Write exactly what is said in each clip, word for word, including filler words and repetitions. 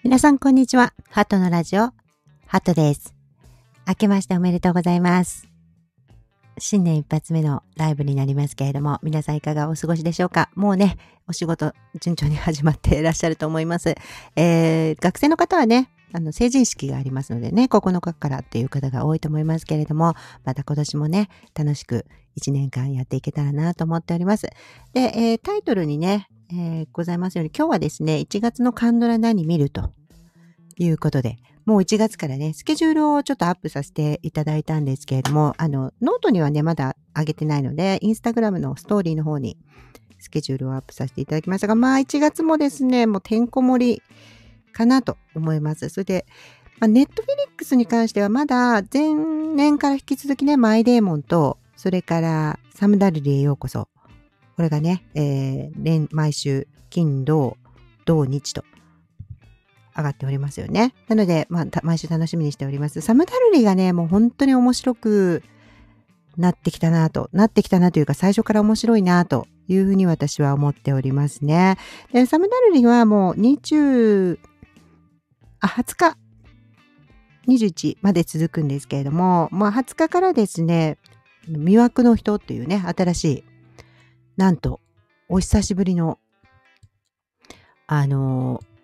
皆さんこんにちは。ハトのラジオ、ハトです。明けましておめでとうございます。新年一発目のライブになりますけれども、皆さんいかがお過ごしでしょうか。もうね、お仕事順調に始まっていらっしゃると思います。えー、学生の方はね、あの成人式がありますのでね、ここのかからっていう方が多いと思いますけれども、また今年もね、楽しくいちねんかんやっていけたらなと思っております。で、えー、タイトルにね、えー、ございますように、今日はですね、いちがつのカンドラ何見るということで、もういちがつからね、スケジュールをちょっとアップさせていただいたんですけれども、あの、ノートにはね、まだ上げてないので、インスタグラムのストーリーの方にスケジュールをアップさせていただきましたが、まあいちがつもですね、もうてんこ盛りかなと思います。それで、まあ、ネットフィリックスに関してはまだ前年から引き続きね、マイデーモンと、それからサムダルリへようこそ。これがね、えー、連毎週金、土、土日と上がっておりますよね。なので、まあ、毎週楽しみにしております。サムダルリがね、もう本当に面白くなってきたなと、なってきたなというか、最初から面白いなというふうに私は思っておりますね。で、サムダルリはもうにじゅう、あ、はつか、にじゅういちまで続くんですけれども、まあ、はつかからですね、魅惑の人っていうね、新しい、なんと、お久しぶりの、あのー、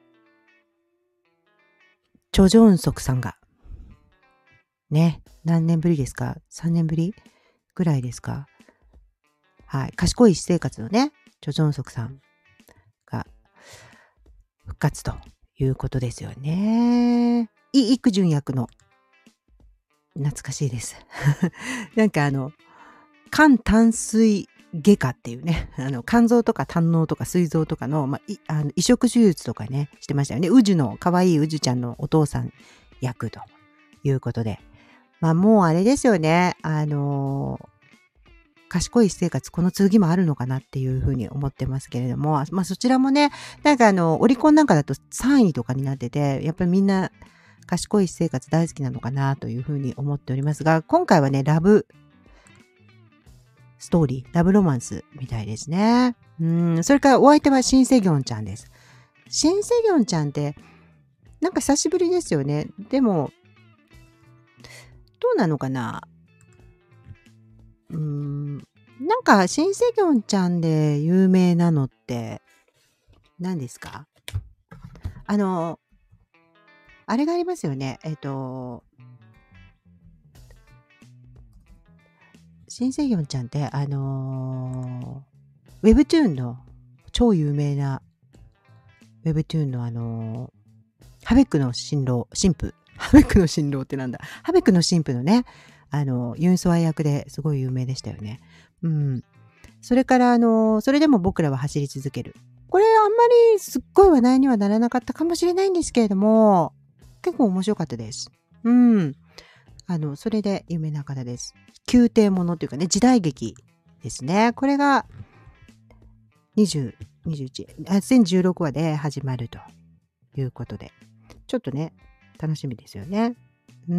チョ・ジョンソクさんが、ね、何年ぶりですか ?さん 年ぶりぐらいですか。はい。賢い私生活のね、チョ・ジョンソクさんが復活ということですよね。イ・イクジュン役の懐かしいです。なんかあの、肝胆水外科っていうね、あの肝臓とか胆嚢とか膵臓とかの、まあ、いあの移植手術とかね、してましたよね。ウジュの、可愛いウジュちゃんのお父さん役ということで。まあもうあれですよね。あのー賢い私生活、この次もあるのかなっていうふうに思ってますけれども、まあそちらもね、なんかあの、オリコンなんかだとさんいとかになってて、やっぱりみんな賢い私生活大好きなのかなというふうに思っておりますが、今回はね、ラブストーリー、ラブロマンスみたいですね。うん、それからお相手はシンセギョンちゃんです。シンセギョンちゃんって、なんか久しぶりですよね。でも、どうなのかなうーん、なんか、シンセギョンちゃんで有名なのって、何ですか？あの、あれがありますよね。えっと、シンセギョンちゃんって、あのー、ウェブトゥーンの超有名なウェブトゥーンのあのー、ハベクの新郎、神父。ハベクの新郎ってなんだ。ハベクの神父のね、あの、ユンソア役ですごい有名でしたよね。うん。それから、あの、それでも僕らは走り続ける。これあんまりすっごい話題にはならなかったかもしれないんですけれども、結構面白かったです。うん。あの、それで有名な方です。宮廷ものというかね、時代劇ですね。これがにじゅう、にじゅういち、あ全じゅうろくわで始まるということで、ちょっとね、楽しみですよね。うん。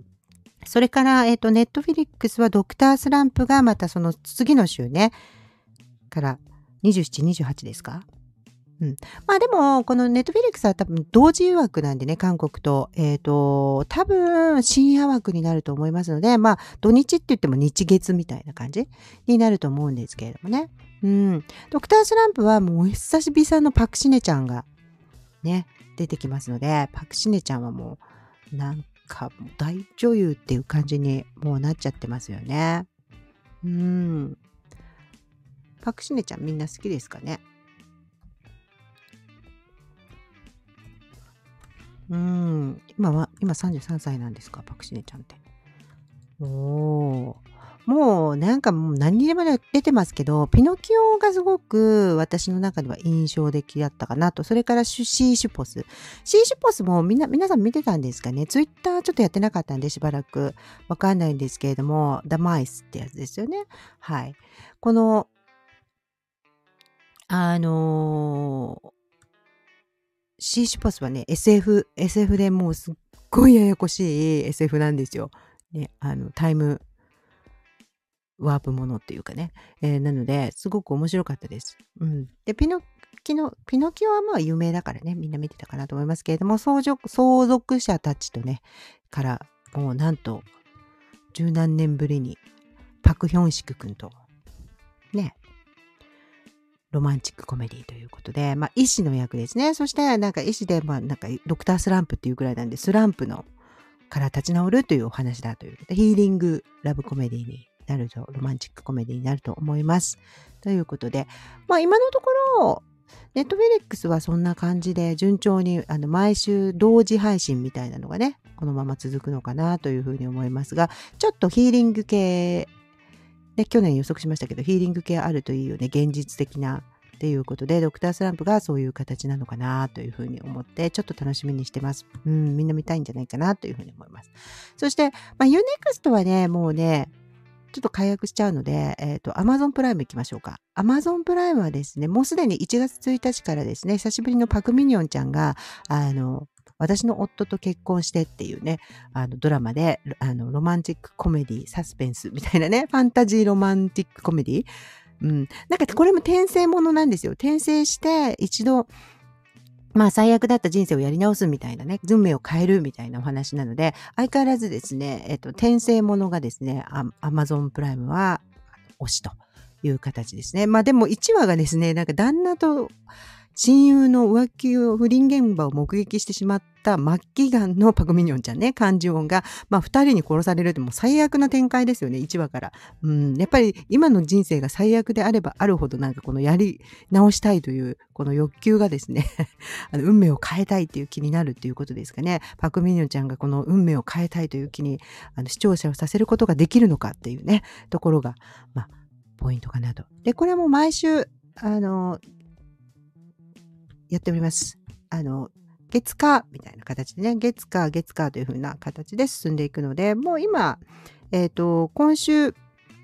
それから、えっと、ネットフィリックスはドクタースランプがまたその次の週ね、からにじゅうしち、にじゅうはちですか？うん。まあでも、このネットフィリックスは多分同時枠なんでね、韓国と。えっと、多分深夜枠になると思いますので、まあ土日って言っても日月みたいな感じになると思うんですけれどもね。うん。ドクタースランプはもうお久しぶりさんのパクシネちゃんがね、出てきますので、パクシネちゃんはもうなんかもう大女優っていう感じにもうなっちゃってますよね。うん。パクシネちゃんみんな好きですかね。うーん、今は、今さんじゅうさんさいなんですか、パクシネちゃんって。おお。もうなんかもう何にでも出てますけど、ピノキオがすごく私の中では印象的だったかなと。それからシュシーシュポス。シーシュポスもみんな、皆さん見てたんですかね。ツイッターちょっとやってなかったんでしばらくわかんないんですけれども、The Mice ってやつですよね。はい。この、あのーシーシュポスはね、エスエフ、エスエフ でもうすっごいややこしい エスエフ なんですよ。ね、あの、タイムワープものっていうかね。えーなので、すごく面白かったです。うん。で、ピノ、 キノ、ピノキオはまあ有名だからね、みんな見てたかなと思いますけれども、相続、相続者たちとね、から、もうなんと、十何年ぶりに、パクヒョンシク君と、ね、ロマンチックコメディということで、まあ、医師の役ですね。そして、なんか医師で、まあ、なんか、ドクタースランプっていうぐらいなんで、スランプの、から立ち直るというお話だということで、ヒーリングラブコメディになると、ロマンチックコメディになると思います。ということで、まあ、今のところ、ネットフェリックスはそんな感じで、順調に、あの、毎週同時配信みたいなのがね、このまま続くのかなというふうに思いますが、ちょっとヒーリング系、で、去年予測しましたけど、ヒーリング系あるといいよね。現実的な。っていうことで、ドクタースランプがそういう形なのかなというふうに思って、ちょっと楽しみにしてます。うん、みんな見たいんじゃないかなというふうに思います。そして、まあ、ユーネクスト はね、もうね、ちょっと解約しちゃうので、えっと、Amazon プライム行きましょうか。Amazon プライムはですね、もうすでにいちがつついたちからですね、久しぶりのパクミニョンちゃんが、あの、私の夫と結婚してっていうね、あのドラマで、あの、ロマンティックコメディ、サスペンスみたいなね、ファンタジーロマンティックコメディ。うん。なんかこれも転生ものなんですよ。転生して一度、まあ最悪だった人生をやり直すみたいなね、運命を変えるみたいなお話なので、相変わらずですね、えっと、転生ものがですね、アマゾンプライムは推しという形ですね。まあでもいちわがですね、なんか旦那と親友の浮気を、不倫現場を目撃してしまった末期がんのパクミニョンちゃんね、漢字音が、まあ二人に殺されるってもう最悪な展開ですよね、いちわから。うん、やっぱり今の人生が最悪であればあるほどなんかこのやり直したいというこの欲求がですね、あの運命を変えたいっていう気になるっていうことですかね。パクミニョンちゃんがこの運命を変えたいという気にあの視聴者をさせることができるのかっていうね、ところが、まあ、ポイントかなと。で、これも毎週、あの、やっております。あの、月火みたいな形でね、月火、月火という風な形で進んでいくので、もう今、えっと、今週、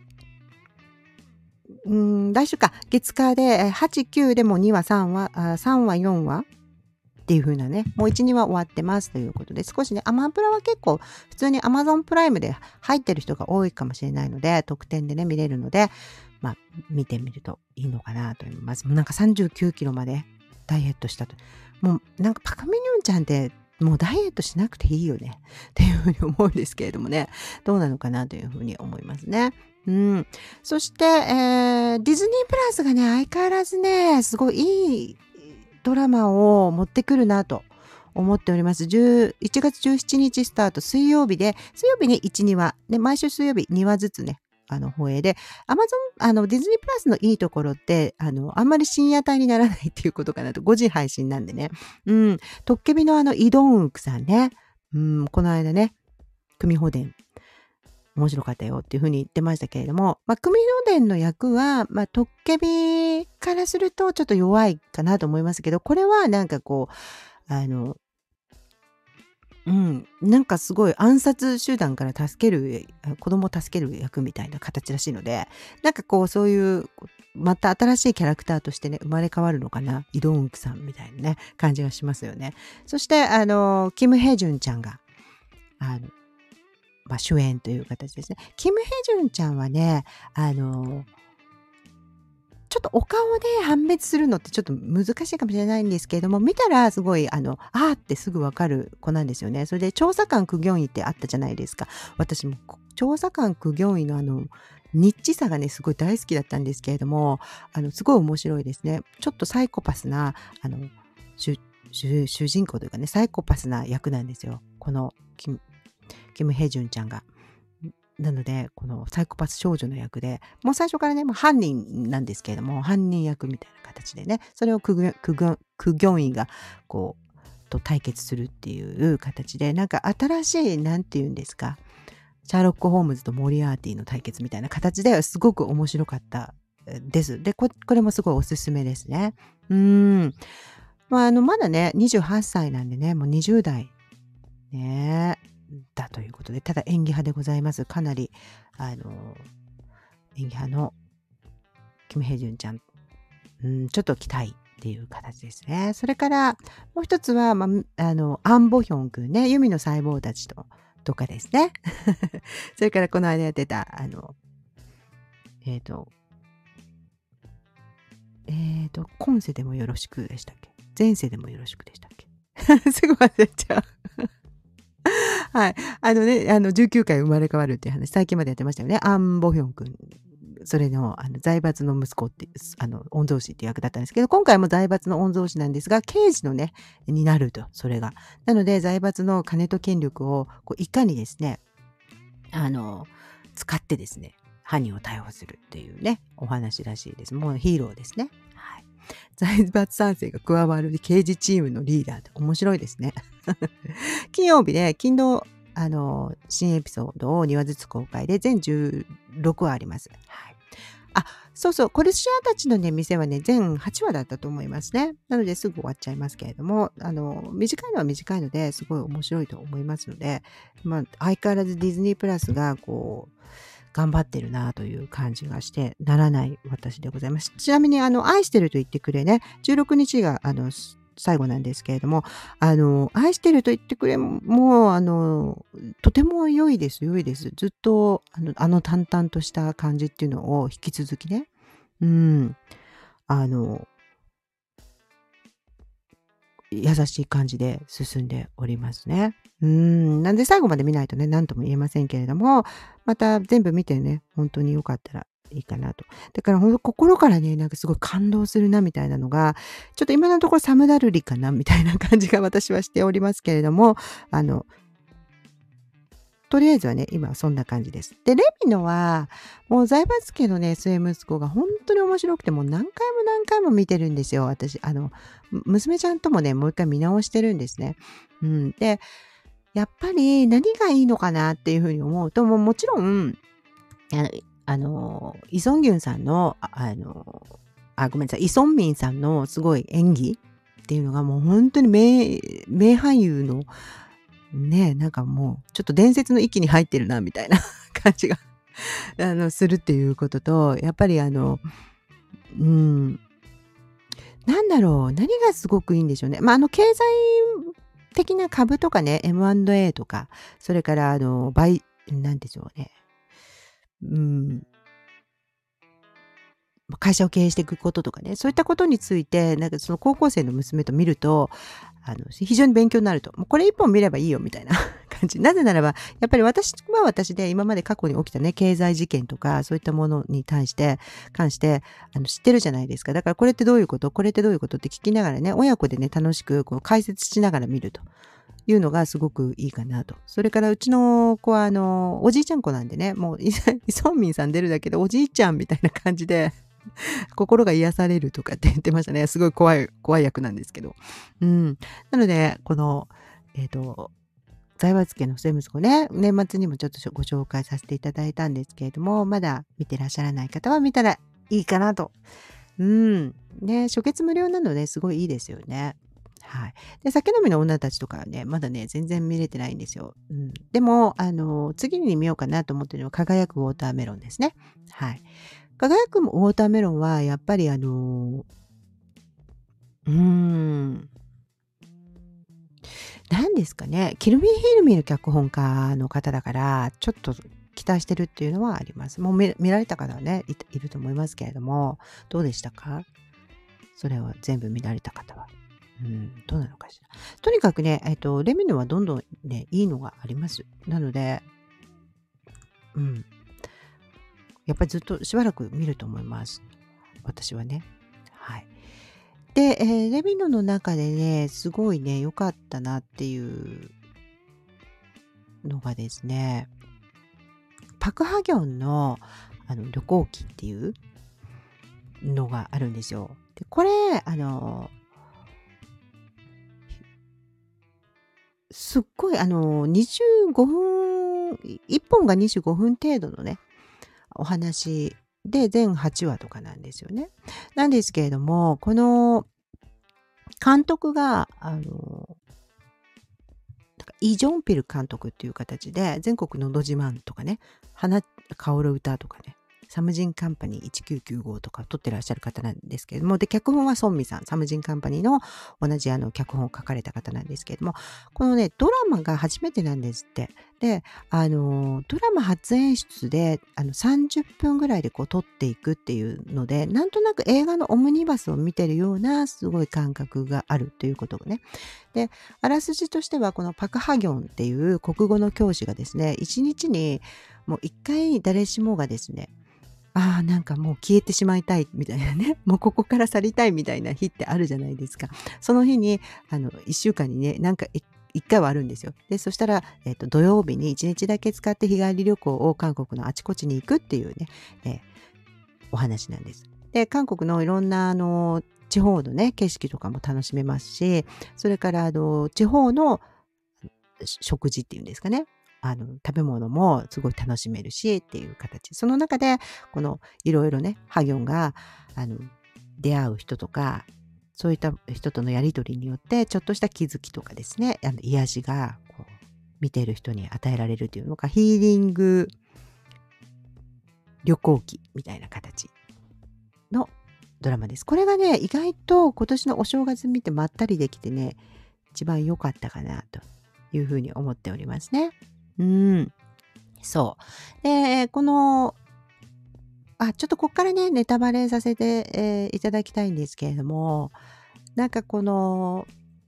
うん、来週か、月火ではち、きゅうでもにわ、さんわ、あさんわ、よんわっていう風なね、もういち、にわ終わってますということで、少しね、アマプラは結構、普通に Amazon プライムで入ってる人が多いかもしれないので、特典でね、見れるので、まあ、見てみるといいのかなと思います。もうなんかさんじゅうきゅうキロまでダイエットしたと。もうなんかパクミニョンちゃんってもうダイエットしなくていいよねっていうふうに思うんですけれどもね、どうなのかなというふうに思いますね。うん。そして、えー、ディズニープラスがね、相変わらずね、すごいいいドラマを持ってくるなと思っております。いちがつじゅうしちにちスタート、水曜日で、水曜日にいち、にわ、で、毎週水曜日にわずつね、あの、放映で、アマゾン、あの、ディズニープラスのいいところって、あの、あんまり深夜帯にならないっていうことかなと、ごじ配信なんでね。うん、トッケビのあの、イドンウクさんね、うん、この間ね、組保伝、面白かったよっていうふうに言ってましたけれども、まあ、組保伝の役は、まあ、トッケビからするとちょっと弱いかなと思いますけど、これはなんかこう、あの、うん、なんかすごい暗殺集団から助ける、子供を助ける役みたいな形らしいので、なんかこうそういう、また新しいキャラクターとしてね、生まれ変わるのかな、イドンウクさんみたいなね、感じがしますよね。そして、あの、キム・ヘジュンちゃんが、あの、まあ、主演という形ですね。キム・ヘジュンちゃんはね、あの、ちょっとお顔で判別するのってちょっと難しいかもしれないんですけれども、見たらすごい、あの、あーってすぐわかる子なんですよね。それで、調査官苦行医ってあったじゃないですか。私も、調査官苦行医のあの、ニッチさがね、すごい大好きだったんですけれども、あの、すごい面白いですね。ちょっとサイコパスな、あの、主、主、主人公というかね、サイコパスな役なんですよ。このキム、キム・ヘジュンちゃんが。なので、このサイコパス少女の役で、もう最初からね、もう犯人なんですけれども、犯人役みたいな形でね、それをクギョクギョクギョン医が、こう、と対決するっていう形で、なんか新しい、なんて言うんですか、シャーロック・ホームズとモリアーティの対決みたいな形ですごく面白かったです。で、ここれもすごいおすすめですね。うーん。まあ、あの、まだね、にじゅうはっさいなんでね、もうにじゅう代。ねえ。だということで、ただ演技派でございます。かなり、あの、演技派のキム・ヘジュンちゃん、うん、ちょっと期待っていう形ですね。それから、もう一つは、まあ、あの、アン・ボヒョン君ね、ユミの細胞たちと、とかですね。それからこの間やってた、あの、えっと、 えっと、今世でもよろしくでしたっけ？前世でもよろしくでしたっけ？すぐ忘れちゃう。はい。あのね、あの、じゅうきゅうかい生まれ変わるっていう話、最近までやってましたよね。アン・ボヒョン君。それの、あの、財閥の息子っていう、あの、御曹司っていう役だったんですけど、今回も財閥の御曹司なんですが、刑事のね、になると、それが。なので、財閥の金と権力を、こう、いかにですね、あの、使ってですね、犯人を逮捕するっていうね、お話らしいです。もうヒーローですね。はい。財閥三世が加わる刑事チームのリーダーって面白いですね。金曜日で、金土、あの、新エピソードをにわずつ公開で、全じゅうろくわあります。はい。あ、そうそう、コルシアたちのね、店はね、全はちわだったと思いますね。なのですぐ終わっちゃいますけれども、あの、短いのは短いので、すごい面白いと思いますので、まあ、相変わらずディズニープラスが、こう、頑張ってるなという感じがしてならない私でございます。ちなみに、あの、愛してると言ってくれね、じゅうろくにちが、あの、最後なんですけれども、あの、愛してると言ってくれもう、あの、とても良いです、良いです。ずっと、あの、あの淡々とした感じっていうのを引き続きね、うん、あの、優しい感じで進んでおりますね。うーん。なんで最後まで見ないとね、何とも言えませんけれども、また全部見てね、本当に良かったらいいかなと。だから本当心からね、なんかすごい感動するなみたいなのが、ちょっと今のところサムダルリかなみたいな感じが私はしておりますけれども、あの、とりあえずはね、今はそんな感じです。で、レミのは、もう財閥家のね、末息子が本当に面白くて、もう何回も何回も見てるんですよ、私。あの、む娘ちゃんともね、もう一回見直してるんですね。うん。で、やっぱり何がいいのかなっていうふうに思うと、もうもちろん、あの、あのイ・ソンギュンさんの、ああの、あ、ごめんなさい、イ・ソンミンさんのすごい演技っていうのがもう本当に名、名俳優のね、なんかもうちょっと伝説の域に入ってるなみたいな感じがあのするっていうことと、やっぱりあの、うん、なんだろう、何がすごくいいんでしょうね。まあ、あの経済的な株とかね、エムアンドエー とか、それからあの、バイなんでしょうね。うん、会社を経営していくこととかね、そういったことについて、なんかその高校生の娘と見ると、あの、非常に勉強になると。もうこれ一本見ればいいよみたいな感じ。なぜならば、やっぱり私は私で今まで過去に起きたね、経済事件とか、そういったものに対して、関して、あの、知ってるじゃないですか。だからこれってどういうことこれってどういうことって聞きながらね、親子でね、楽しくこう解説しながら見ると。いうのがすごくいいかなと。それからうちの子はあの、おじいちゃん子なんでね、もうイソンミンさん出るだけでおじいちゃんみたいな感じで、心が癒されるとかって言ってましたね。すごい怖い、怖い役なんですけど。うん。なので、この、えっと、財閥家の末息子ね、年末にもちょっとご紹介させていただいたんですけれども、まだ見てらっしゃらない方は見たらいいかなと。うん。ね、初月無料なのですごいいいですよね。はい。で、酒飲みの女たちとかはね、まだね、全然見れてないんですよ。うん。でも、あの、次に見ようかなと思ってるのは、輝くウォーターメロンですね。はい。輝くウォーターメロンは、やっぱりあの、うーん、何ですかね、キルミー・ヒルミーの脚本家の方だから、ちょっと期待してるっていうのはあります。もう見見られた方はね、いいると思いますけれども、どうでしたか？それを全部見られた方は。うん、どうなのかしら。とにかくね、えっと、レミヌはどんどんね、いいのがあります。なので、うん、やっぱりずっとしばらく見ると思います。私はね。はい。で、えーレミヌの中でね、すごいね、良かったなっていうのがですね、パクハギョンのあの旅行記っていうのがあるんですよ。で、これ、あの、すっごい、あの、にじゅうごふん、いっぽんがにじゅうごふん程度のね、お話で全はちわとかなんですよね。なんですけれども、この監督が、あの、なんかイ・ジョンピル監督っていう形で、全国のど自慢とかね、花香る歌とかね、 サムジンカンパニーせんきゅうひゃくきゅうじゅうごとか撮ってらっしゃる方なんですけれども、で、脚本はソンミさん、サムジンカンパニーの同じあの脚本を書かれた方なんですけれども、このね、ドラマが初めてなんですって。で、あの、ドラマ初演出で、あの、さんじゅっぷんぐらいでこう撮っていくっていうので、なんとなく映画のオムニバスを見てるようなすごい感覚があるということがね。で、あらすじとしては、このパク・ハギョンっていう国語の教師がですね、一日にもう一回誰しもがですね、ああ、なんかもう消えてしまいたいみたいなね、もうここから去りたいみたいな日ってあるじゃないですか。その日に、あの、いっしゅうかんにね、なんかい一回はあるんですよ。で、そしたら、えっと、土曜日にいちにちだけ使って日帰り旅行を韓国のあちこちに行くっていうね、えーお話なんです。で、韓国のいろんな、あの、地方のね、景色とかも楽しめますし、それから、あの、地方のし食事っていうんですかね。あの、食べ物もすごい楽しめるしっていう形。その中で、このいろいろね、ハギョンが、あの、出会う人とか、そういった人とのやりとりによって、ちょっとした気づきとかですね、あの癒しが、こう、見ている人に与えられるというのが、ヒーリング旅行記みたいな形のドラマです。これがね、意外と今年のお正月見てまったりできてね、一番良かったかなというふうに思っておりますね。うん。そう。で、この、あ、ちょっとこっからね、ネタバレさせて、えーいただきたいんですけれども、なんかこの、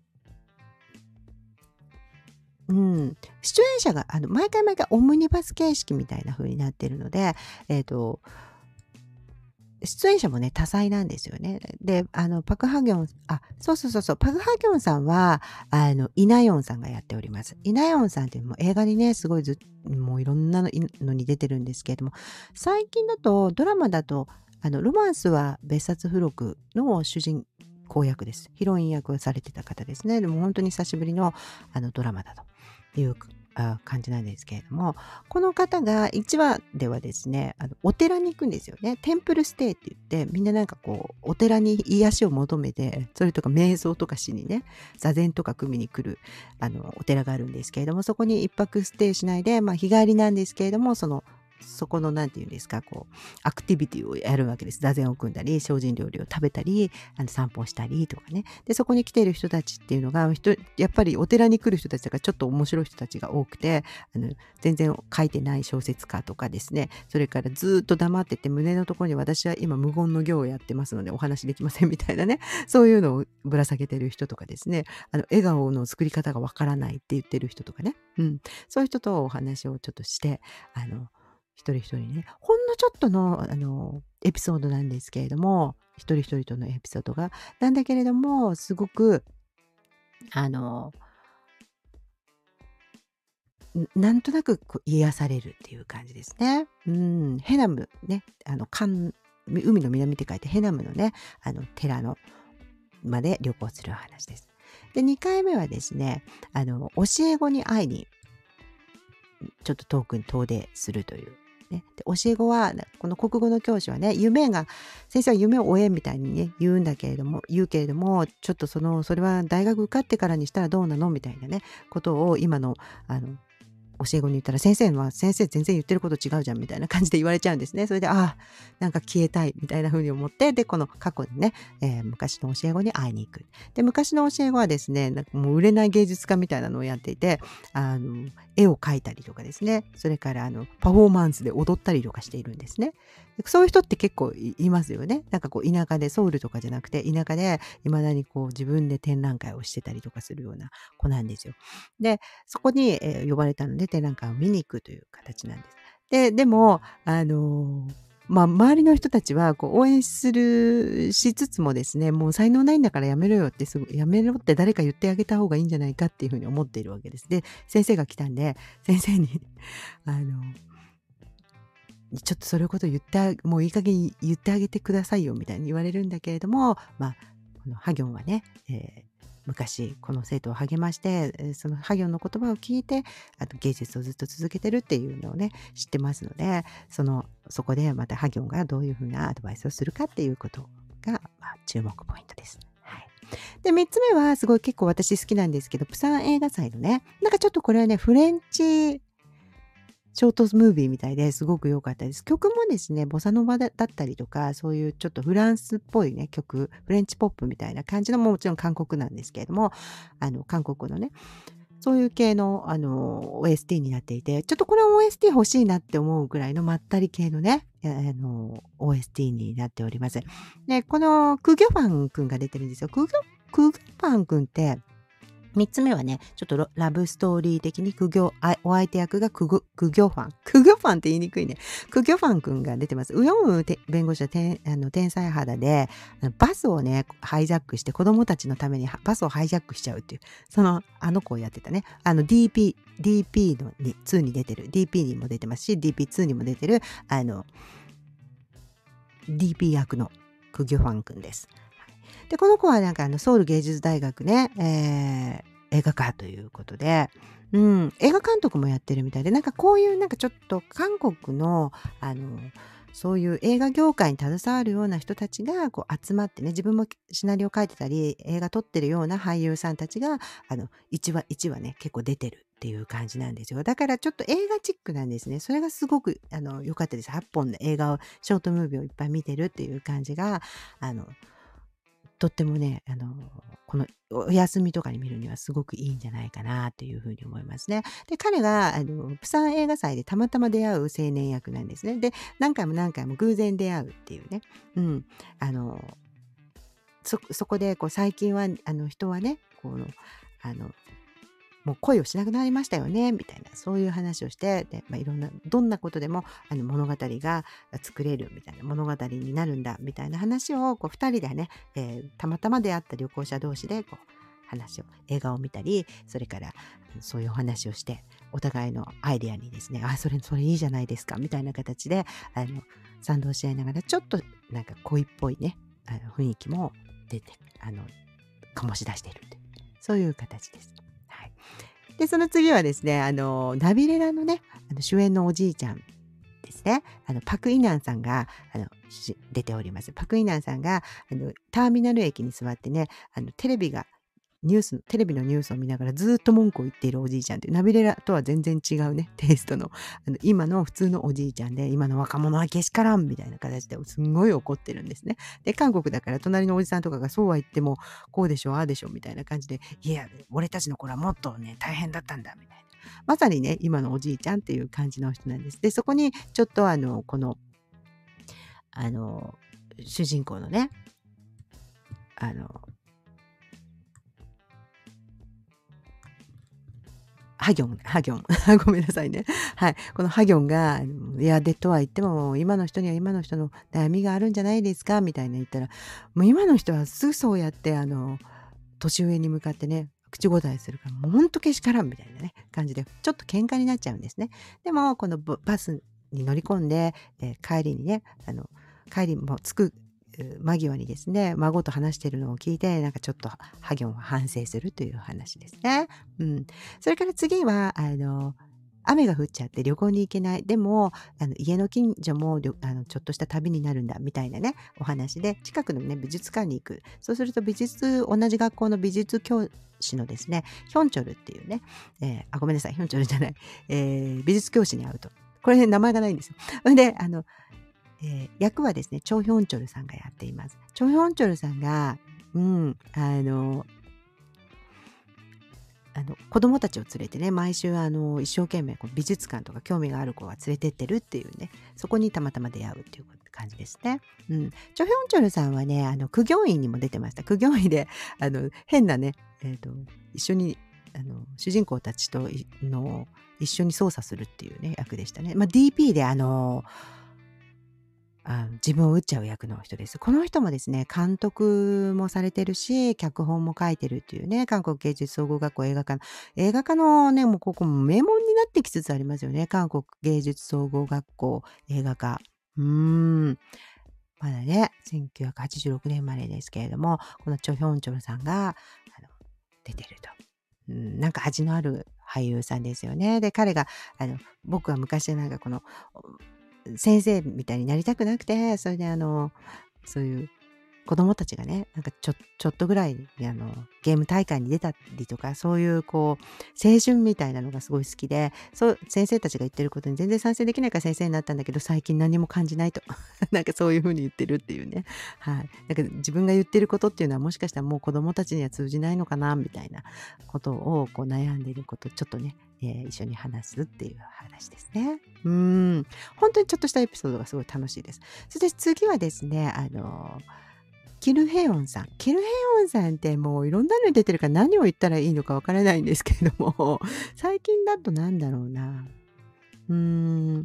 うん、出演者が、あの、毎回毎回オムニバス形式みたいな風になってるので、えっと、出演者もね、多彩なんですよね。で、あの、パクハギョン、あ、そうそうそうそう、パクハギョンさんは、あの、イナヨンさんがやっております。イナヨンさんってもう映画にね、すごいずもういろんなののに出てるんですけれども、最近だと、ドラマだと、あの、ロマンスは別冊付録の主人公役です。ヒロイン役をされてた方ですね。でも本当に久しぶりの、あの、ドラマだというあ感じなんですけれども、この方がいちわではですね、あのお寺に行くんですよね。テンプルステイって言って、みんななんかこう、お寺に癒しを求めて、それとか瞑想とかしにね、座禅とか組みに来る、あの、お寺があるんですけれども、そこに一泊ステイしないで、まあ日帰りなんですけれども、その、そこのなんていうんですか、こう、アクティビティをやるわけです。座禅を組んだり、精進料理を食べたり、あの散歩したりとかね。で、そこに来ている人たちっていうのが、人やっぱりお寺に来る人たちだからちょっと面白い人たちが多くて、あの全然書いてない小説家とかですね、それからずっと黙ってて胸のところに私は今無言の行をやってますのでお話できませんみたいなね、そういうのをぶら下げてる人とかですね、あの笑顔の作り方がわからないって言ってる人とかね、うん、そういう人とお話をちょっとして、あの、一人一人ね、ほんのちょっとの、あの、エピソードなんですけれども、一人一人とのエピソードが、なんだけれども、すごく、あの、んなんとなくこう癒されるっていう感じですね。うん、ヘナムね、あの、海海の南って書いてヘナムのね、あの、寺のまで旅行するお話です。で、にかいめはですね、あの、教え子に会いにちょっと遠くに遠出するという。ね、で教え子は、この国語の教師はね、夢が、先生は夢を追えみたいにね、言うんだけれども、言うけれども、ちょっとその、それは大学受かってからにしたらどうなのみたいなね、ことを今の、あの、教え子に言ったら、先生は、先生全然言ってること違うじゃんみたいな感じで言われちゃうんですね。それで、ああ、なんか消えたいみたいな風に思って、で、この過去にね、えー昔の教え子に会いに行く。で、昔の教え子はですね、なんかもう売れない芸術家みたいなのをやっていて、あの、絵を描いたりとかですね、それからあの、パフォーマンスで踊ったりとかしているんですね。でそういう人って結構いいますよね。なんかこう田舎で、ソウルとかじゃなくて、田舎で未だにこう自分で展覧会をしてたりとかするような子なんですよ。で、そこに、えー呼ばれたので展覧会を見に行くという形なんです。で、でも、あのーまあ、周りの人たちはこう応援するしつつもですね、もう才能ないんだからやめろよってすぐやめろって誰か言ってあげた方がいいんじゃないかっていうふうに思っているわけです。で、先生が来たんで、先生にあの、ちょっとそれこと言ってあ、もういい加減言ってあげてくださいよみたいに言われるんだけれども、まあ、このハギョンはね、えー昔この生徒を励まして、えーそのハギョンの言葉を聞いて、あと芸術をずっと続けてるっていうのをね、知ってますので、その、そこでまたハギョンがどういうふうなアドバイスをするかっていうことが、まあ、注目ポイントです。はい。で、みっつめはすごい結構私好きなんですけど、プサン映画祭のね、なんかちょっとこれはね、フレンチショートムービーみたいですごく良かったです。曲もですね、ボサノバだだったりとか、そういうちょっとフランスっぽいね、曲、フレンチポップみたいな感じのももちろん韓国なんですけれども、あの、韓国のね、そういう系の、あの、オーエスティー になっていて、ちょっとこれ オーエスティー 欲しいなって思うぐらいのまったり系のね、あの、オーエスティー になっております。で、このクギョファンくんが出てるんですよ。クギョ、クギョファンくんって、みっつめはね、ちょっとロラブストーリー的にクギョ、あお相手役がクグクギョファン。クギョファンって言いにくいね。クギョファンくんが出てます。ウヨンウて弁護士は天あの天才肌で、あのバスをね、ハイジャックして子供たちのためにはバスをハイジャックしちゃうっていう、その、あの子をやってたね。あの ディーピー、ディーピー のににに出てる。ディーピー にも出てますし、ディーピーツー にも出てる、あの、ディーピー 役のクギョファンくんです。で、この子はなんかあのソウル芸術大学ね、えー映画科ということで、うん、映画監督もやってるみたいで、なんかこういうなんかちょっと韓国の、あの、そういう映画業界に携わるような人たちがこう集まってね、自分もシナリオ書いてたり、映画撮ってるような俳優さんたちが、あの、いちわ、いちわね、結構出てるっていう感じなんですよ。だからちょっと映画チックなんですね。それがすごく、あの、良かったです。はっぽんの映画を、ショートムービーをいっぱい見てるっていう感じが、あの、とってもね、あの、このお休みとかに見るにはすごくいいんじゃないかなというふうに思いますね。で、彼が、あの、プサン映画祭でたまたま出会う青年役なんですね。で、何回も何回も偶然出会うっていうね。うん。あの、そ、そこで、こう、最近は、あの、人はね、この、あの、もう恋をしなくなりましたよね、みたいな、そういう話をして、で、まあ、いろんな、どんなことでも、あの、物語が作れるみたいな、物語になるんだ、みたいな話を、こう、二人でね、えーたまたま出会った旅行者同士で、こう、話を、映画を見たり、それから、そういうお話をして、お互いのアイデアにですね、あ、それ、それいいじゃないですか、みたいな形で、あの、賛同し合いながら、ちょっと、なんか恋っぽいね、あの雰囲気も出て、あの、醸し出しているという、そういう形です。はい。で、その次はですね、あの、ナビレラのね、あの主演のおじいちゃんですね。あの、パク・イナンさんが、あの、し出ております。パク・イナンさんが、あの、ターミナル駅に座ってね、あの、テレビが、ニュース、テレビのニュースを見ながらずーっと文句を言っているおじいちゃんっていう、ナビレラとは全然違うね、テイストの、あの、今の普通のおじいちゃんで、今の若者はけしからんみたいな形ですんごい怒ってるんですね。で、韓国だから隣のおじさんとかがそうは言っても、こうでしょ、ああでしょ、みたいな感じで、いや、俺たちの頃はもっとね、大変だったんだ、みたいな。まさにね、今のおじいちゃんっていう感じの人なんです。で、そこにちょっとあの、この、あの、主人公のね、あの、ハギョン、ハギョン。ごめんなさいね。はい。このハギョンが、あのいや、で、とは言っても、今の人には今の人の悩みがあるんじゃないですかみたいな言ったら、もう今の人はすぐそうやって、あの、年上に向かってね、口答えするから、もうほんとけしからんみたいなね、感じで、ちょっと喧嘩になっちゃうんですね。でも、このババスに乗り込んで、えー帰りにね、あの、帰りも着くう間際にですね、孫と話してるのを聞いて、なんかちょっとハギョンは反省するという話ですね。うん。それから次は、あの、雨が降っちゃって旅行に行けない。でも、あの、家の近所もりょあの、ちょっとした旅になるんだ、みたいなね、お話で、近くのね、美術館に行く。そうすると美術、同じ学校の美術教師のですね、ヒョンチョルっていうね、えーあ、ごめんなさい、ヒョンチョルじゃない、えー美術教師に会うと。これね、名前がないんですよ。それで、あの、えー役はですね、チョ・ヒョンチョルさんがやっています。チョ・ヒョンチョルさんが、うん、あの、あの子供たちを連れてね、毎週あの一生懸命こう美術館とか興味がある子が連れてってるっていうね、そこにたまたま出会うっていう感じですね。うん。チョ・ヒョンチョルさんはね、あの苦行院にも出てました。苦行院であの変なね、えっ、と一緒にあの主人公たちといの一緒に操作するっていうね役でしたね。まあ ディーピー であのあ自分を撃っちゃう役の人です。この人もですね、監督もされてるし、脚本も書いてるっていうね、韓国芸術総合学校映画科の、映画科のね、もうここも名門になってきつつありますよね。韓国芸術総合学校映画科。うーん。まだね、せんきゅうひゃくはちじゅうろくねん生まれですけれども、このチョ・ヒョンチョルさんが、あの、出てると。うん、なんか味のある俳優さんですよね。で、彼が、あの、僕は昔なんかこの、先生みたいになりたくなくて、それであの、そういう子供たちがね、なんかちょちょっとぐらいあのゲーム大会に出たりとか、そういうこう青春みたいなのがすごい好きで、そう先生たちが言ってることに全然賛成できないから先生になったんだけど、最近何も感じないとなんかそういう風に言ってるっていうね。はい。だけど自分が言ってることっていうのはもしかしたらもう子供たちには通じないのかなみたいなことをこう悩んでいることをちょっとね、えー一緒に話すっていう話ですね。うーん。本当にちょっとしたエピソードがすごい楽しいです。そして次はですね、あのキルヘヨンさん。キルヘヨンさんってもういろんなのに出てるから何を言ったらいいのかわからないんですけれども、最近だとなんだろうな。うーん、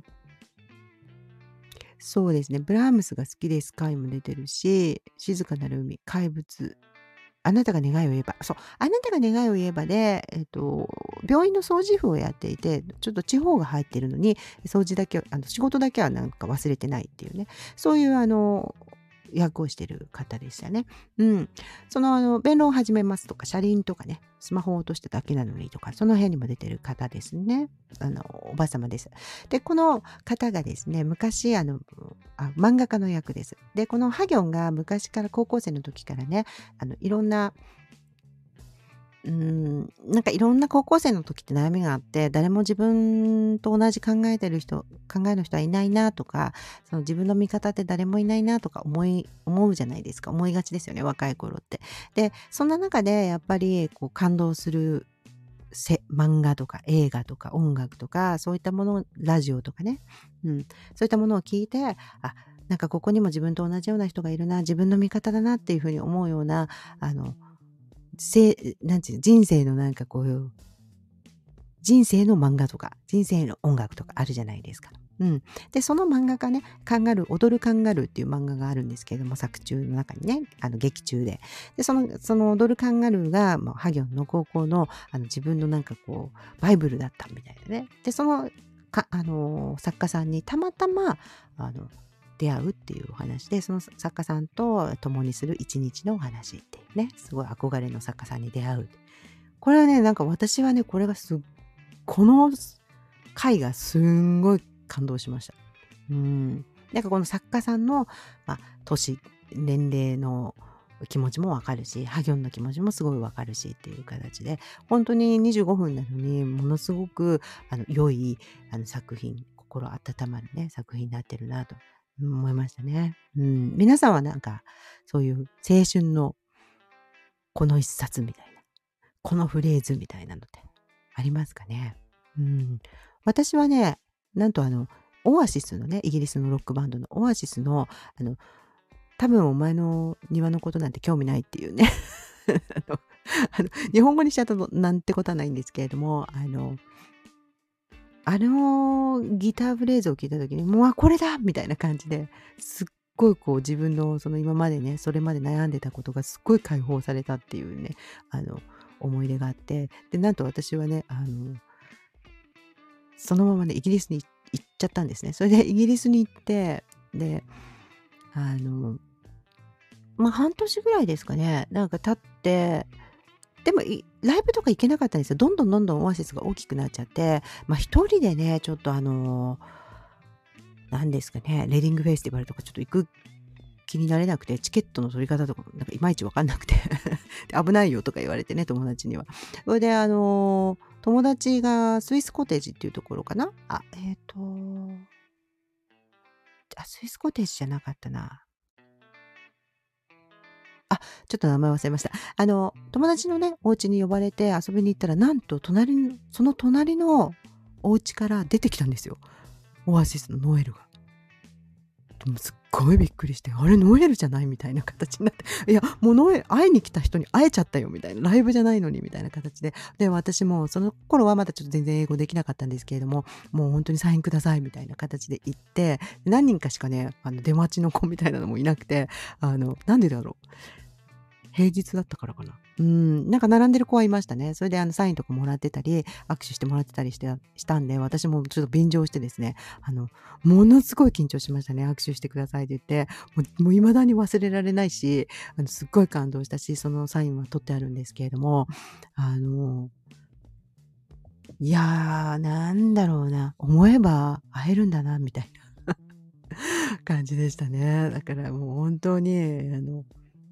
そうですね。ブラームスが好きです。カイも出てるし、静かなる海、怪物、あなたが願いを言えば、そう、あなたが願いを言えばで、えっと、病院の掃除婦をやっていて、ちょっと地方が入っているのに、掃除だけは、あの、仕事だけはなんか忘れてないっていうね、そういうあの、役をしている方でしたね。うん。その、あの、弁論を始めますとか、車輪とかね、スマホを落としただけなのにとか、その辺にも出てる方ですね。あの、おばさまです。で、この方がですね、昔、あの、あ、漫画家の役です。で、このハギョンが昔から高校生の時からね、あの、いろんな、うーん、なんかいろんな高校生の時って悩みがあって、誰も自分と同じ考えてる人考えの人はいないなとか、その自分の味方って誰もいないなとか思い思うじゃないですか。思いがちですよね、若い頃って。で、そんな中でやっぱりこう感動するせ漫画とか映画とか音楽とか、そういったもの、ラジオとかね、うん、そういったものを聞いて、あ、なんかここにも自分と同じような人がいるな、自分の味方だなっていうふうに思うような、あの、せなんていうの、人生のなんかこう、人生の漫画とか、人生の音楽とかあるじゃないですか。うん。で、その漫画家ね、カンガルー、踊るカンガルーっていう漫画があるんですけれども、作中の中にね、あの劇中で。で、その、その踊るカンガルーが、もうハギョンの高校の、あの自分のなんかこう、バイブルだったみたいなね。で、その、か、あのー作家さんにたまたま、あの、出会うっていうお話で、その作家さんと共にする一日のお話っていうね、すごい憧れの作家さんに出会う。これはね、なんか私はね、これがすっこの回がすんごい感動しました。うん。なんかこの作家さんの、まあ、年、年齢の気持ちもわかるし、ハギョンの気持ちもすごいわかるしっていう形で、本当ににじゅうごふんなのに、ものすごくあの良いあの作品、心温まるね、作品になってるなと思いましたね。うん。皆さんはなんか、そういう青春のこの一冊みたいな、このフレーズみたいなのってありますかね？うん。私はね、なんとあの、オアシスのね、イギリスのロックバンドのオアシスの、あの、多分お前の庭のことなんて興味ないっていうね、あのあの、日本語にしちゃうとなんてことはないんですけれども、あの、あのギターフレーズを聞いた時に、もう、あ、これだみたいな感じで、すっごいこう自分のその今までね、それまで悩んでたことがすっごい解放されたっていうね、あの、思い出があって、で、なんと私はね、あのそのままね、イギリスに行っちゃったんですね。それでイギリスに行って、で、あの、ま、半年ぐらいですかね、なんか経って、でも、いライブとか行けなかったんですよ。どんどんどんどんオアシスが大きくなっちゃって、ま、一人でね、ちょっとあの、なんですかね、レディングフェスティバルとかちょっと行く気になれなくて、チケットの取り方とかもなんかいまいちわかんなくてで、危ないよとか言われてね、友達には。それであの、友達がスイスコテージっていうところかな？あ、えっとあ、スイスコテージじゃなかったな。あ、ちょっと名前忘れました。あの、友達のね、お家に呼ばれて遊びに行ったら、なんと隣にその隣のお家から出てきたんですよ。オアシスのノエルが。でもすっごいびっくりして、あれノエルじゃないみたいな形になって、いや、もうノエル会いに来た人に会えちゃったよみたいな、ライブじゃないのにみたいな形で、で、私もその頃はまだちょっと全然英語できなかったんですけれども、もう本当にサインくださいみたいな形で行って、何人かしかね、あの出待ちの子みたいなのもいなくて、あの、なんでだろう。平日だったからかな。うん、なんか並んでる子はいましたね。それであのサインとかもらってたり、握手してもらってたりしてしたんで、私もちょっと便乗してですね、あの、ものすごい緊張しましたね。握手してくださいって言って、もうもう未だに忘れられないし、あの、すっごい感動したし、そのサインは取ってあるんですけれども、あの、いやー、なんだろうな、思えば会えるんだなみたいな感じでしたね。だからもう本当に、あの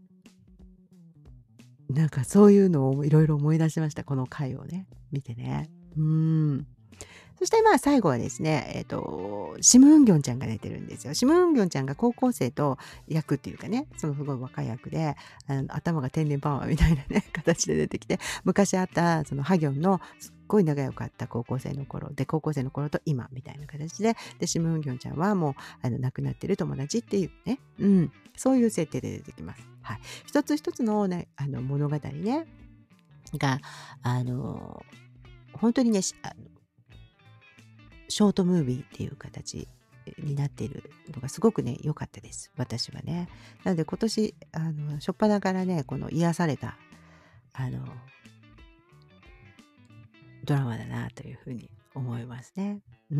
なんかそういうのをいろいろ思い出しました。この回をね、見てね。うーん。そしてまあ最後はですね、えっと、シム・ウンギョンちゃんが出てるんですよ。シム・ウンギョンちゃんが高校生と役っていうかね、そのすごい若い役で、あの頭が天然パワーみたいなね、形で出てきて、昔あったそのハギョンのすっごい仲良かった高校生の頃で、高校生の頃と今みたいな形で、で、シム・ウンギョンちゃんはもうあの亡くなってる友達っていうね、うん、そういう設定で出てきます。はい。一つ一つのね、あの物語ね、が、あの、本当にね、しあのショートムービーっていう形になっているのがすごくね、良かったです。私はね。なので今年、あの、初っ端からね、この癒された、あの、ドラマだなというふうに思いますね。うん。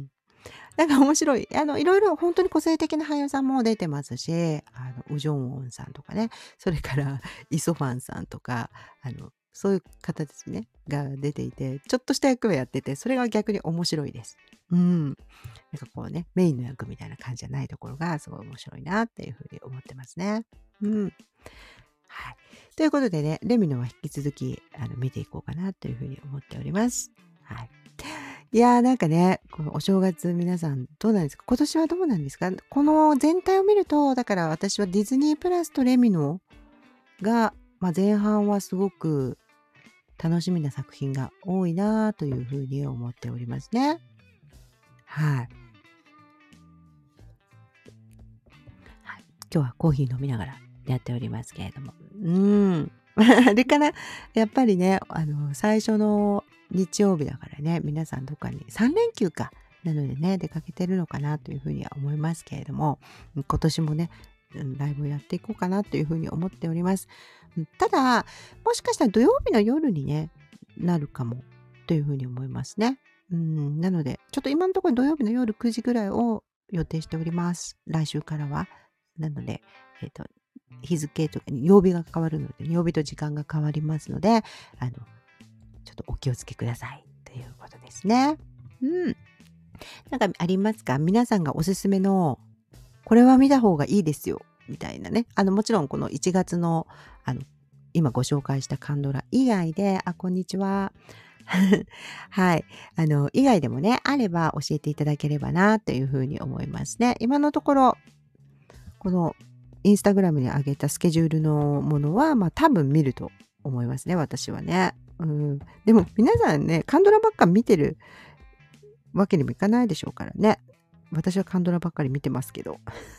なんか面白い。あの、いろいろ本当に個性的な俳優さんも出てますし、あの、ウジョンウォンさんとかね、それからイソファンさんとか、あの、そういう方たちね、が出ていて、ちょっとした役をやってて、それが逆に面白いです。うん。なんかこうね、メインの役みたいな感じじゃないところがすごい面白いなっていうふうに思ってますね。うん。はい。ということでね、レミのは引き続きあの見ていこうかなというふうに思っております。はい。いやーなんかね、このお正月皆さんどうなんですか？今年はどうなんですか？この全体を見ると、だから私はディズニープラスとレミのが、まあ、前半はすごく楽しみな作品が多いなというふうに思っておりますね。はい。はい。今日はコーヒー飲みながらやっておりますけれども。うーん。あれかな、やっぱりね、あの、最初の日曜日だからね、皆さんどっかにさん連休か。なのでね、出かけてるのかなというふうには思いますけれども、今年もね、うん、ライブをやっていこうかなというふうに思っております。うん、ただ、もしかしたら土曜日の夜にね、なるかもというふうに思いますね。うん、なので、ちょっと今のところ土曜日の夜くじぐらいを予定しております。来週からは。なので、えっと、日付とか曜日が変わるので、曜日と時間が変わりますので、あの、ちょっとお気をつけくださいということですね。うん。なんかありますか？皆さんがおすすめの、これは見た方がいいですよ、みたいなね。あの、もちろんこのいちがつの、あの、今ご紹介したカンドラ以外で、あ、こんにちは。はい。あの、以外でもね、あれば教えていただければなというふうに思いますね。今のところ、このインスタグラムに上げたスケジュールのものは、まあ多分見ると思いますね、私はね。うん。でも皆さんね、カンドラばっか見てるわけにもいかないでしょうからね。私はカンドラばっかり見てますけど。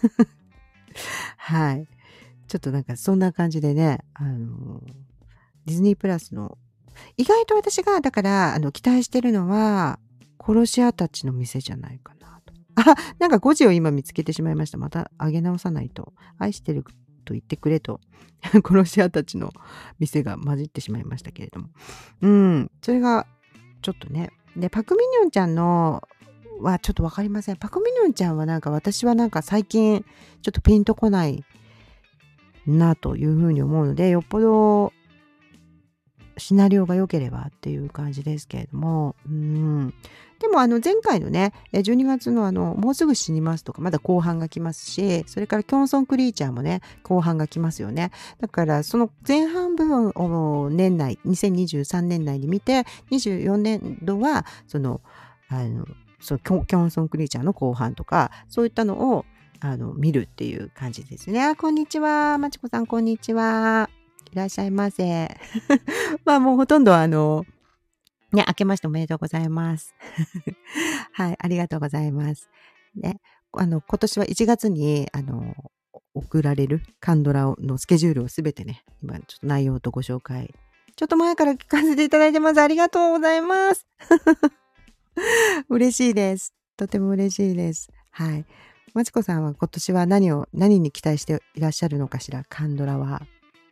はい。ちょっとなんかそんな感じでね、あの、ディズニープラスの、意外と私がだから、あの、期待してるのは、殺し屋たちの店じゃないかなと。あ、なんかごじを今見つけてしまいました。また上げ直さないと。愛してると言ってくれと、殺し屋たちの店が混じってしまいましたけれども。うん、それがちょっとね。で、パクミニョンちゃんのはちょっとわかりません。パクミニョンちゃんはなんか私はなんか最近ちょっとピンとこないなというふうに思うので、よっぽどシナリオが良ければっていう感じですけれども、うん。でもあの前回のね、じゅうにがつのあの、もうすぐ死にますとか、まだ後半が来ますし、それからキョンソンクリーチャーもね、後半が来ますよね。だからその前半部分を年内、にせんにじゅうさんねん内に見て、にじゅうよねんどは、その、あの、そうキョンキョンソンクリーチャーの後半とか、そういったのを、あの、見るっていう感じですね。あ、こんにちは。まちこさん、こんにちは。いらっしゃいませ。まあ、もうほとんどあの、ね、明けましておめでとうございます。はい、ありがとうございます。ね、あの、今年はいちがつに、あの、送られるカンドラのスケジュールをすべてね、今ちょっと内容とご紹介、ちょっと前から聞かせていただいてます。ありがとうございます。嬉しいです。とても嬉しいです。はい。まちこさんは今年は何を、何に期待していらっしゃるのかしら、カンドラは。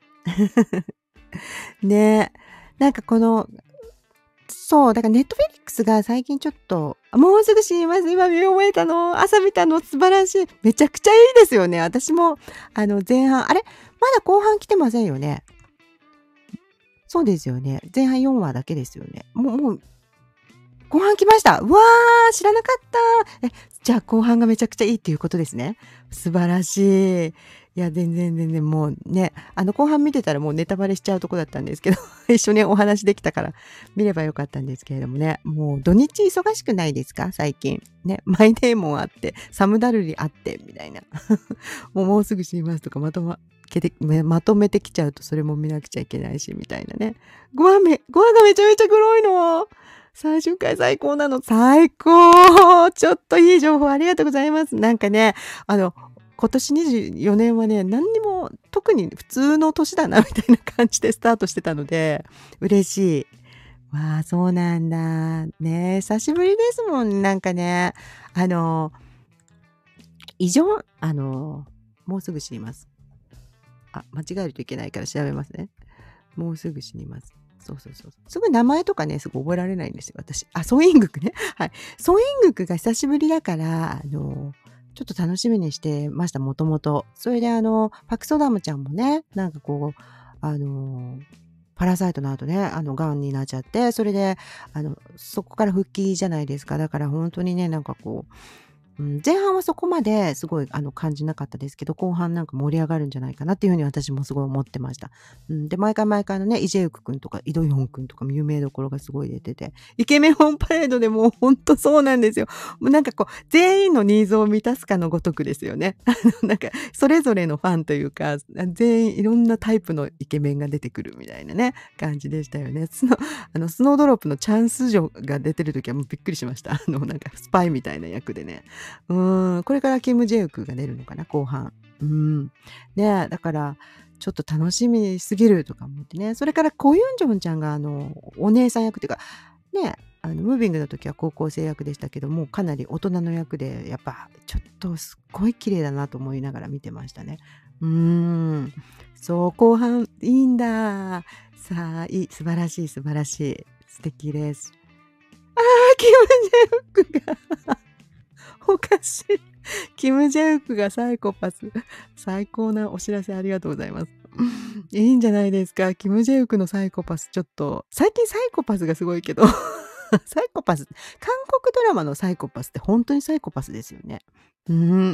ねえ。なんかこの、そう、だからネットフェリックスが最近ちょっと、あ、もうすぐ死にます。今見終えたの。朝見たの素晴らしい。めちゃくちゃいいですよね。私も、あの、前半、あれまだ後半来てませんよね。そうですよね。前半よんわだけですよね。もう、もう、 後半来ました。うわー、知らなかった。え、じゃあ後半がめちゃくちゃいいっていうことですね。素晴らしい。いや、全然全然もうね、あの後半見てたらもうネタバレしちゃうとこだったんですけど、一緒にお話できたから見ればよかったんですけれどもね、もう土日忙しくないですか最近。ね、マイデーモンあって、サムダルリあって、みたいな。もうもうすぐ死にますとかまとま、けてまとめてきちゃうとそれも見なくちゃいけないし、みたいなね。ごわんめ、ごわんがめちゃめちゃ黒いの。最終回最高なの。最高。ちょっといい情報ありがとうございます。なんかね、あの、今年にじゅうよねんはね、何にも特に普通の年だなみたいな感じでスタートしてたので、嬉しい。わあ、そうなんだ。ねえ、久しぶりですもん、なんかね。あの、異常、あの、もうすぐ死にます。あ、間違えるといけないから調べますね。もうすぐ死にます。そうそうそう。すぐ名前とかね、すぐ覚えられないんですよ、私。あ、ソイングクね。はい。ソイングクが久しぶりだから、あの、ちょっと楽しみにしてました、もともと。それであの、パクソダムちゃんもね、なんかこう、あの、パラサイトの後ね、あの、癌になっちゃって、それで、あの、そこから復帰じゃないですか。だから本当にね、なんかこう、うん、前半はそこまですごいあの感じなかったですけど、後半なんか盛り上がるんじゃないかなっていうふうに私もすごい思ってました。うん、で、毎回毎回のね、イジェウクくんとかイドヨンくんとか有名どころがすごい出てて、イケメンオンパレードでもうほんとそうなんですよ。もうなんかこう、全員のニーズを満たすかのごとくですよね。あの、なんか、それぞれのファンというか、全員いろんなタイプのイケメンが出てくるみたいなね、感じでしたよね。スノあの、スノードロップのチャンス女が出てる時はもうびっくりしました。あの、なんかスパイみたいな役でね。うーん、これからキム・ジェウクが出るのかな、後半。うん。ねえ、だから、ちょっと楽しみすぎるとか思ってね。それからコユンジョンちゃんが、あの、お姉さん役っていうか、ね、あの、ムービングの時は高校生役でしたけども、かなり大人の役で、やっぱ、ちょっとすっごい綺麗だなと思いながら見てましたね。うーん。そう、後半いいんだ。さあ、いい、素晴らしい、素晴らしい。素敵です。ああ、キム・ジェウクがおかしい。キム・ジェウクがサイコパス。最高なお知らせありがとうございます。いいんじゃないですか。キム・ジェウクのサイコパス、ちょっと、最近サイコパスがすごいけど、サイコパス、韓国ドラマのサイコパスって本当にサイコパスですよね。うん。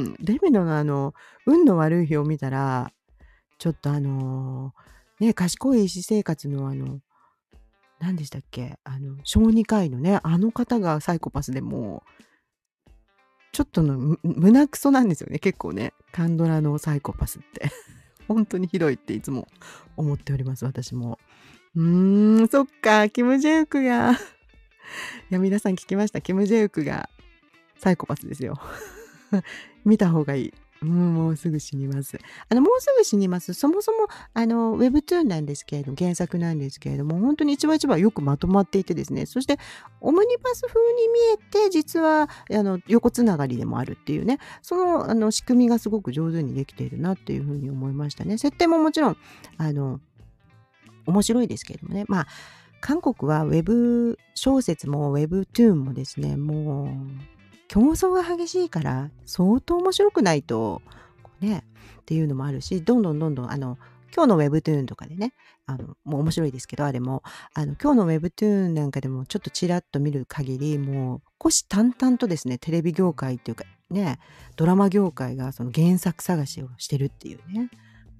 レミノのあの、運の悪い日を見たら、ちょっとあのーね、賢い医師生活のあの、何でしたっけ、あの、小児科医のね、あの方がサイコパスでもう、ちょっとのむ胸クソなんですよね、結構ね。カンドラのサイコパスって。本当にひどいっていつも思っております、私も。うーん、そっか、キム・ジェウクが。いや、皆さん聞きました。キム・ジェウクがサイコパスですよ。見た方がいい。うん、もうすぐ死にます。あの、もうすぐ死にます。そもそも、あの、ウェブトゥーンなんですけれども、原作なんですけれども、本当に一話一話よくまとまっていてですね、そして、オムニバス風に見えて、実は、あの、横つながりでもあるっていうね、その、あの、仕組みがすごく上手にできているなっていうふうに思いましたね。設定ももちろん、あの、面白いですけれどもね。まあ、韓国はウェブ小説もウェブトゥーンもですね、もう、競争が激しいから相当面白くないと、こうね、っていうのもあるし、どんどんどんどん、あの、今日のウェブトゥーンとかでね、あの、もう面白いですけど、あれも、あの、今日のウェブトゥーンなんかでもちょっとちらっと見る限り、もう、虎視眈々とですね、テレビ業界っていうか、ね、ドラマ業界がその原作探しをしてるっていうね。うん、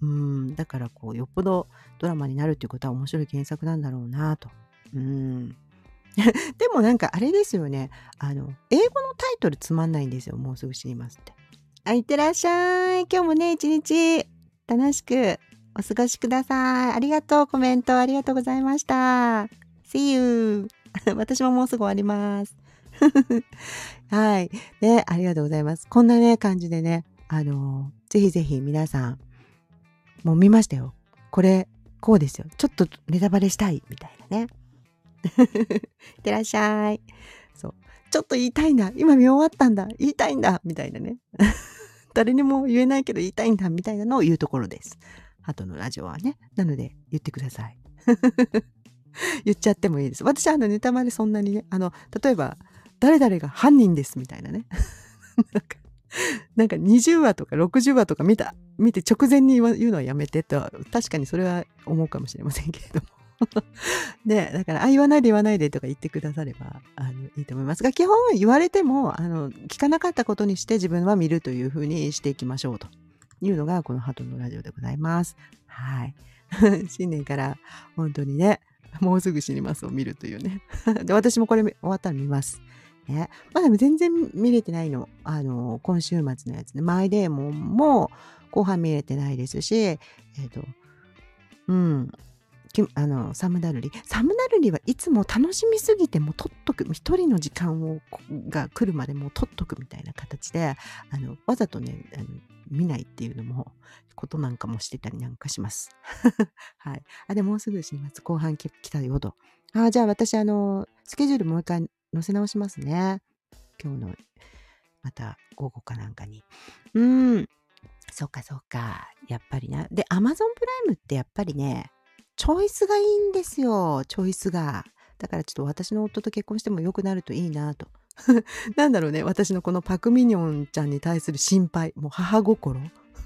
だからこう、よっぽどドラマになるっていうことは面白い原作なんだろうなと。うん。でもなんかあれですよね。あの、英語のタイトルつまんないんですよ。もうすぐ死にますって。あ、いってらっしゃい。今日もね、一日楽しくお過ごしください。ありがとう。コメントありがとうございました。See you. 私ももうすぐ終わります。はい。ね、ありがとうございます。こんなね、感じでね、あの、ぜひぜひ皆さん、もう見ましたよ。これ、こうですよ。ちょっとネタバレしたい、みたいなね。いってらっしゃい。そう。ちょっと言いたいんだ。今見終わったんだ。言いたいんだ。みたいなね。誰にも言えないけど言いたいんだ。みたいなのを言うところです。鳩のラジオはね。なので言ってください。言っちゃってもいいです。私はあのネタバレそんなにね、あの、例えば、誰々が犯人ですみたいなね。なんか、なんかにじゅうわとかろくじゅうわとか見た、見て直前に言うのはやめてとは、確かにそれは思うかもしれませんけれども。 ね、だから、あ、言わないで言わないでとか言ってくだされば、あの、いいと思いますが、基本言われても、あの、聞かなかったことにして自分は見るという風にしていきましょうというのが、このハトのラジオでございます。はい。新年から本当にね、もうすぐ死にますを見るというね。で、私もこれ終わったら見ます。ね。まあでも全然見れてないの。あの、今週末のやつね。マイデーモンも後半見れてないですし、えっと、うん。きあの、サムダルリ。サムダルリはいつも楽しみすぎてもう取っとく。一人の時間をこが来るまでもう取っとくみたいな形で、あの、わざとね、あの、見ないっていうのも、ことなんかもしてたりなんかします。はい。あ、でもうすぐ週末後半き来たよと。あ、じゃあ私あの、スケジュールもう一回載せ直しますね。今日のまた午後かなんかに。うーん。そっかそっか。やっぱりな。で、Amazon プライムってやっぱりね、チョイスがいいんですよ。チョイスが。だからちょっと私の夫と結婚しても良くなるといいなと。なんだろうね。私のこのパクミニョンちゃんに対する心配。もう母心。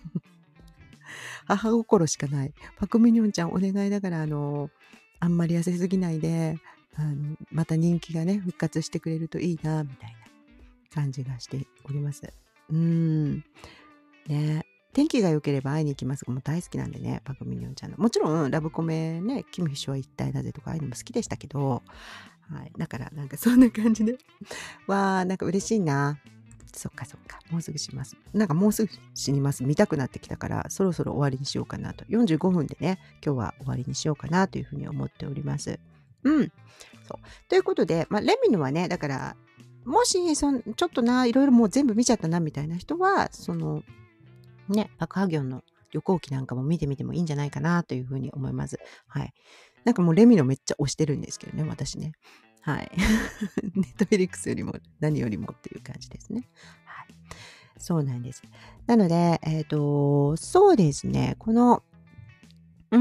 母心しかない。パクミニョンちゃんお願いだからあの、あんまり痩せすぎないで、あの、また人気がね、復活してくれるといいな、みたいな感じがしております。うーん。ね。天気が良ければ会いに行きますが、もう大好きなんでね、パクミニョンちゃんの。もちろん、ラブコメね、キム秘書は一体なぜとか、ああいうのも好きでしたけど、はい。だから、なんかそんな感じで、わー、なんか嬉しいな。そっかそっか。もうすぐします。なんかもうすぐ死にます。見たくなってきたから、そろそろ終わりにしようかなと。よんじゅうごふんでね、今日は終わりにしようかなというふうに思っております。うん。そう。ということで、まあ、レミのはね、だから、もし、そんちょっとな、いろいろもう全部見ちゃったな、みたいな人は、その、ね、パクハギョンの旅行記なんかも見てみてもいいんじゃないかなというふうに思います。はい。なんかもうレミのめっちゃ推してるんですけどね、私ね。はい。ネットフェリックスよりも何よりもっていう感じですね。はい。そうなんです。なので、えっと、そうですね、この、うん、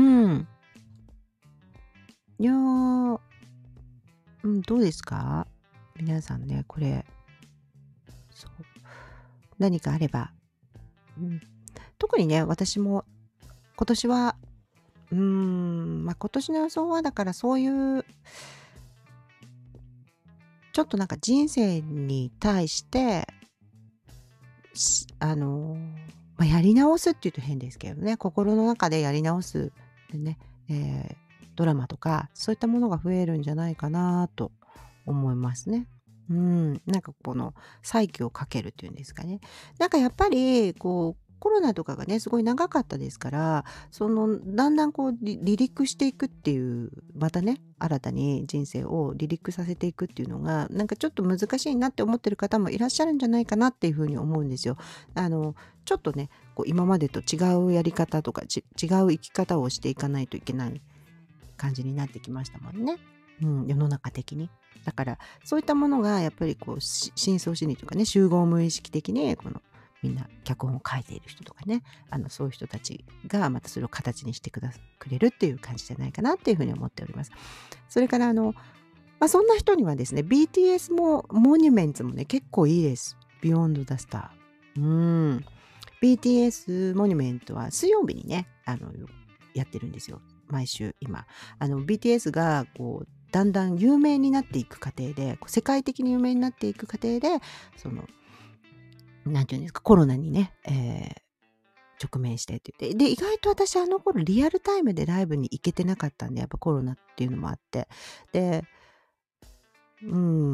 いやー、うん、どうですか皆さんね、これ、そう、何かあれば、うん、特にね、私も今年は、うーん、まあ、今年の予想はだからそういうちょっとなんか人生に対して、しあの、まあ、やり直すっていうと変ですけどね、心の中でやり直すでね、えードラマとか、そういったものが増えるんじゃないかなと思いますね。うん、なんかこの再起をかけるっていうんですかね。なんかやっぱりこうコロナとかがね、すごい長かったですから、そのだんだんこうり離陸していくっていう、またね、新たに人生を離陸させていくっていうのが、なんかちょっと難しいなって思ってる方もいらっしゃるんじゃないかなっていうふうに思うんですよ。あの、ちょっとね、こう今までと違うやり方とか、ち違う生き方をしていかないといけない感じになってきましたもんね。うん、世の中的に。だから、そういったものがやっぱりこう、し深層心理とかね、集合無意識的に、この、みんな脚本を書いている人とかね、あの、そういう人たちがまたそれを形にしてくだくれるっていう感じじゃないかなっていうふうに思っております。それからあの、まあ、そんな人にはですね、ビーティーエス も、モニュメンツもね、結構いいです。Beyond the Star。うん。ビーティーエス モニュメントは水曜日にね、あの、やってるんですよ。毎週今。あの、ビーティーエス が、こう、だんだん有名になっていく過程で、こう世界的に有名になっていく過程で、その、なんていうんですか、コロナにね、えー直面してって言って。で、意外と私あの頃リアルタイムでライブに行けてなかったんで、やっぱコロナっていうのもあって。で、うん、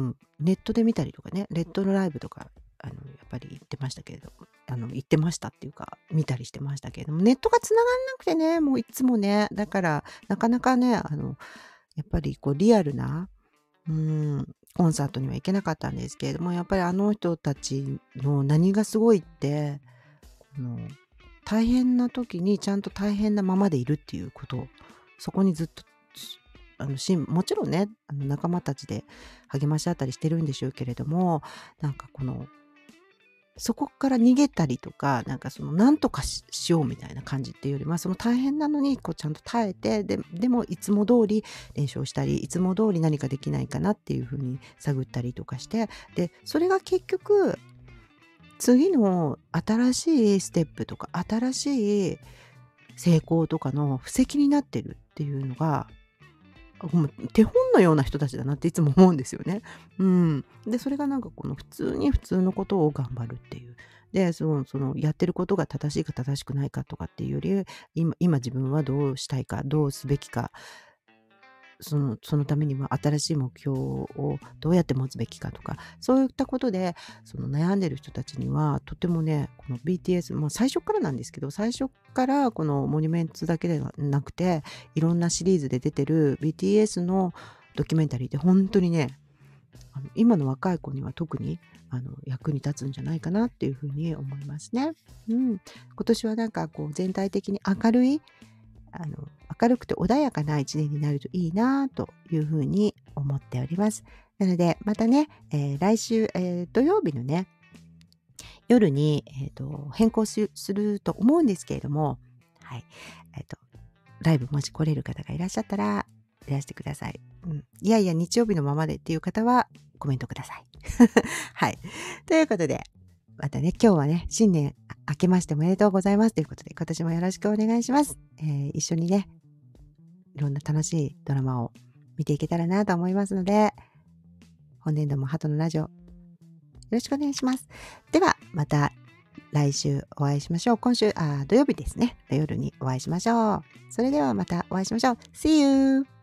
ネットで見たりとかね、ネットのライブとか、あの、やっぱり行ってましたけれど、あの、行ってましたっていうか、見たりしてましたけれども、ネットが繋がんなくてね、もういつもね、だから、なかなかね、あの、やっぱりこうリアルな、うん、コンサートには行けなかったんですけれども、やっぱりあの人たちの何がすごいって、この大変な時にちゃんと大変なままでいるっていうこと、そこにずっと、あのしんもちろんね、あの仲間たちで励まし合ったりしてるんでしょうけれども、なんかこのそこから逃げたりとか、なんかそのなんとかししようみたいな感じっていうよりは、その大変なのにこうちゃんと耐えて、ででもいつも通り練習をしたり、いつも通り何かできないかなっていう風に探ったりとかして、で、それが結局、次の新しいステップとか、新しい成功とかの布石になってるっていうのがもう手本のような人たちだなっていつも思うんですよね。うん。で、それがなんかこの普通に普通のことを頑張るっていう。で、その、そのやってることが正しいか正しくないかとかっていうより、今、今自分はどうしたいか、どうすべきか、その、そのためには新しい目標をどうやって持つべきかとか、そういったことで、その悩んでる人たちには、とてもね、この ビーティーエス、まあ最初からなんですけど、最初からこのモニュメンツだけではなくて、いろんなシリーズで出てる ビーティーエス のドキュメンタリーって本当にね、あの今の若い子には特にあの役に立つんじゃないかなっていうふうに思いますね。うん。今年はなんかこう全体的に明るい、あの、明るくて穏やかないちねんになるといいなというふうに思っております。なので、またね、えー来週、えー土曜日のね、夜に、えーと、変更すすると思うんですけれども、はい。えっ、と、ライブもし来れる方がいらっしゃったら、いらしてください。うん。いやいや、日曜日のままでっていう方は、コメントください。はい。ということで、またね、今日はね、新年あ明けましておめでとうございますということで、今年もよろしくお願いします。えー一緒にね、いろんな楽しいドラマを見ていけたらなと思いますので、本年度もハトのラジオよろしくお願いします。では、また来週お会いしましょう。今週、あ、土曜日ですね。夜にお会いしましょう。それではまたお会いしましょう。See you!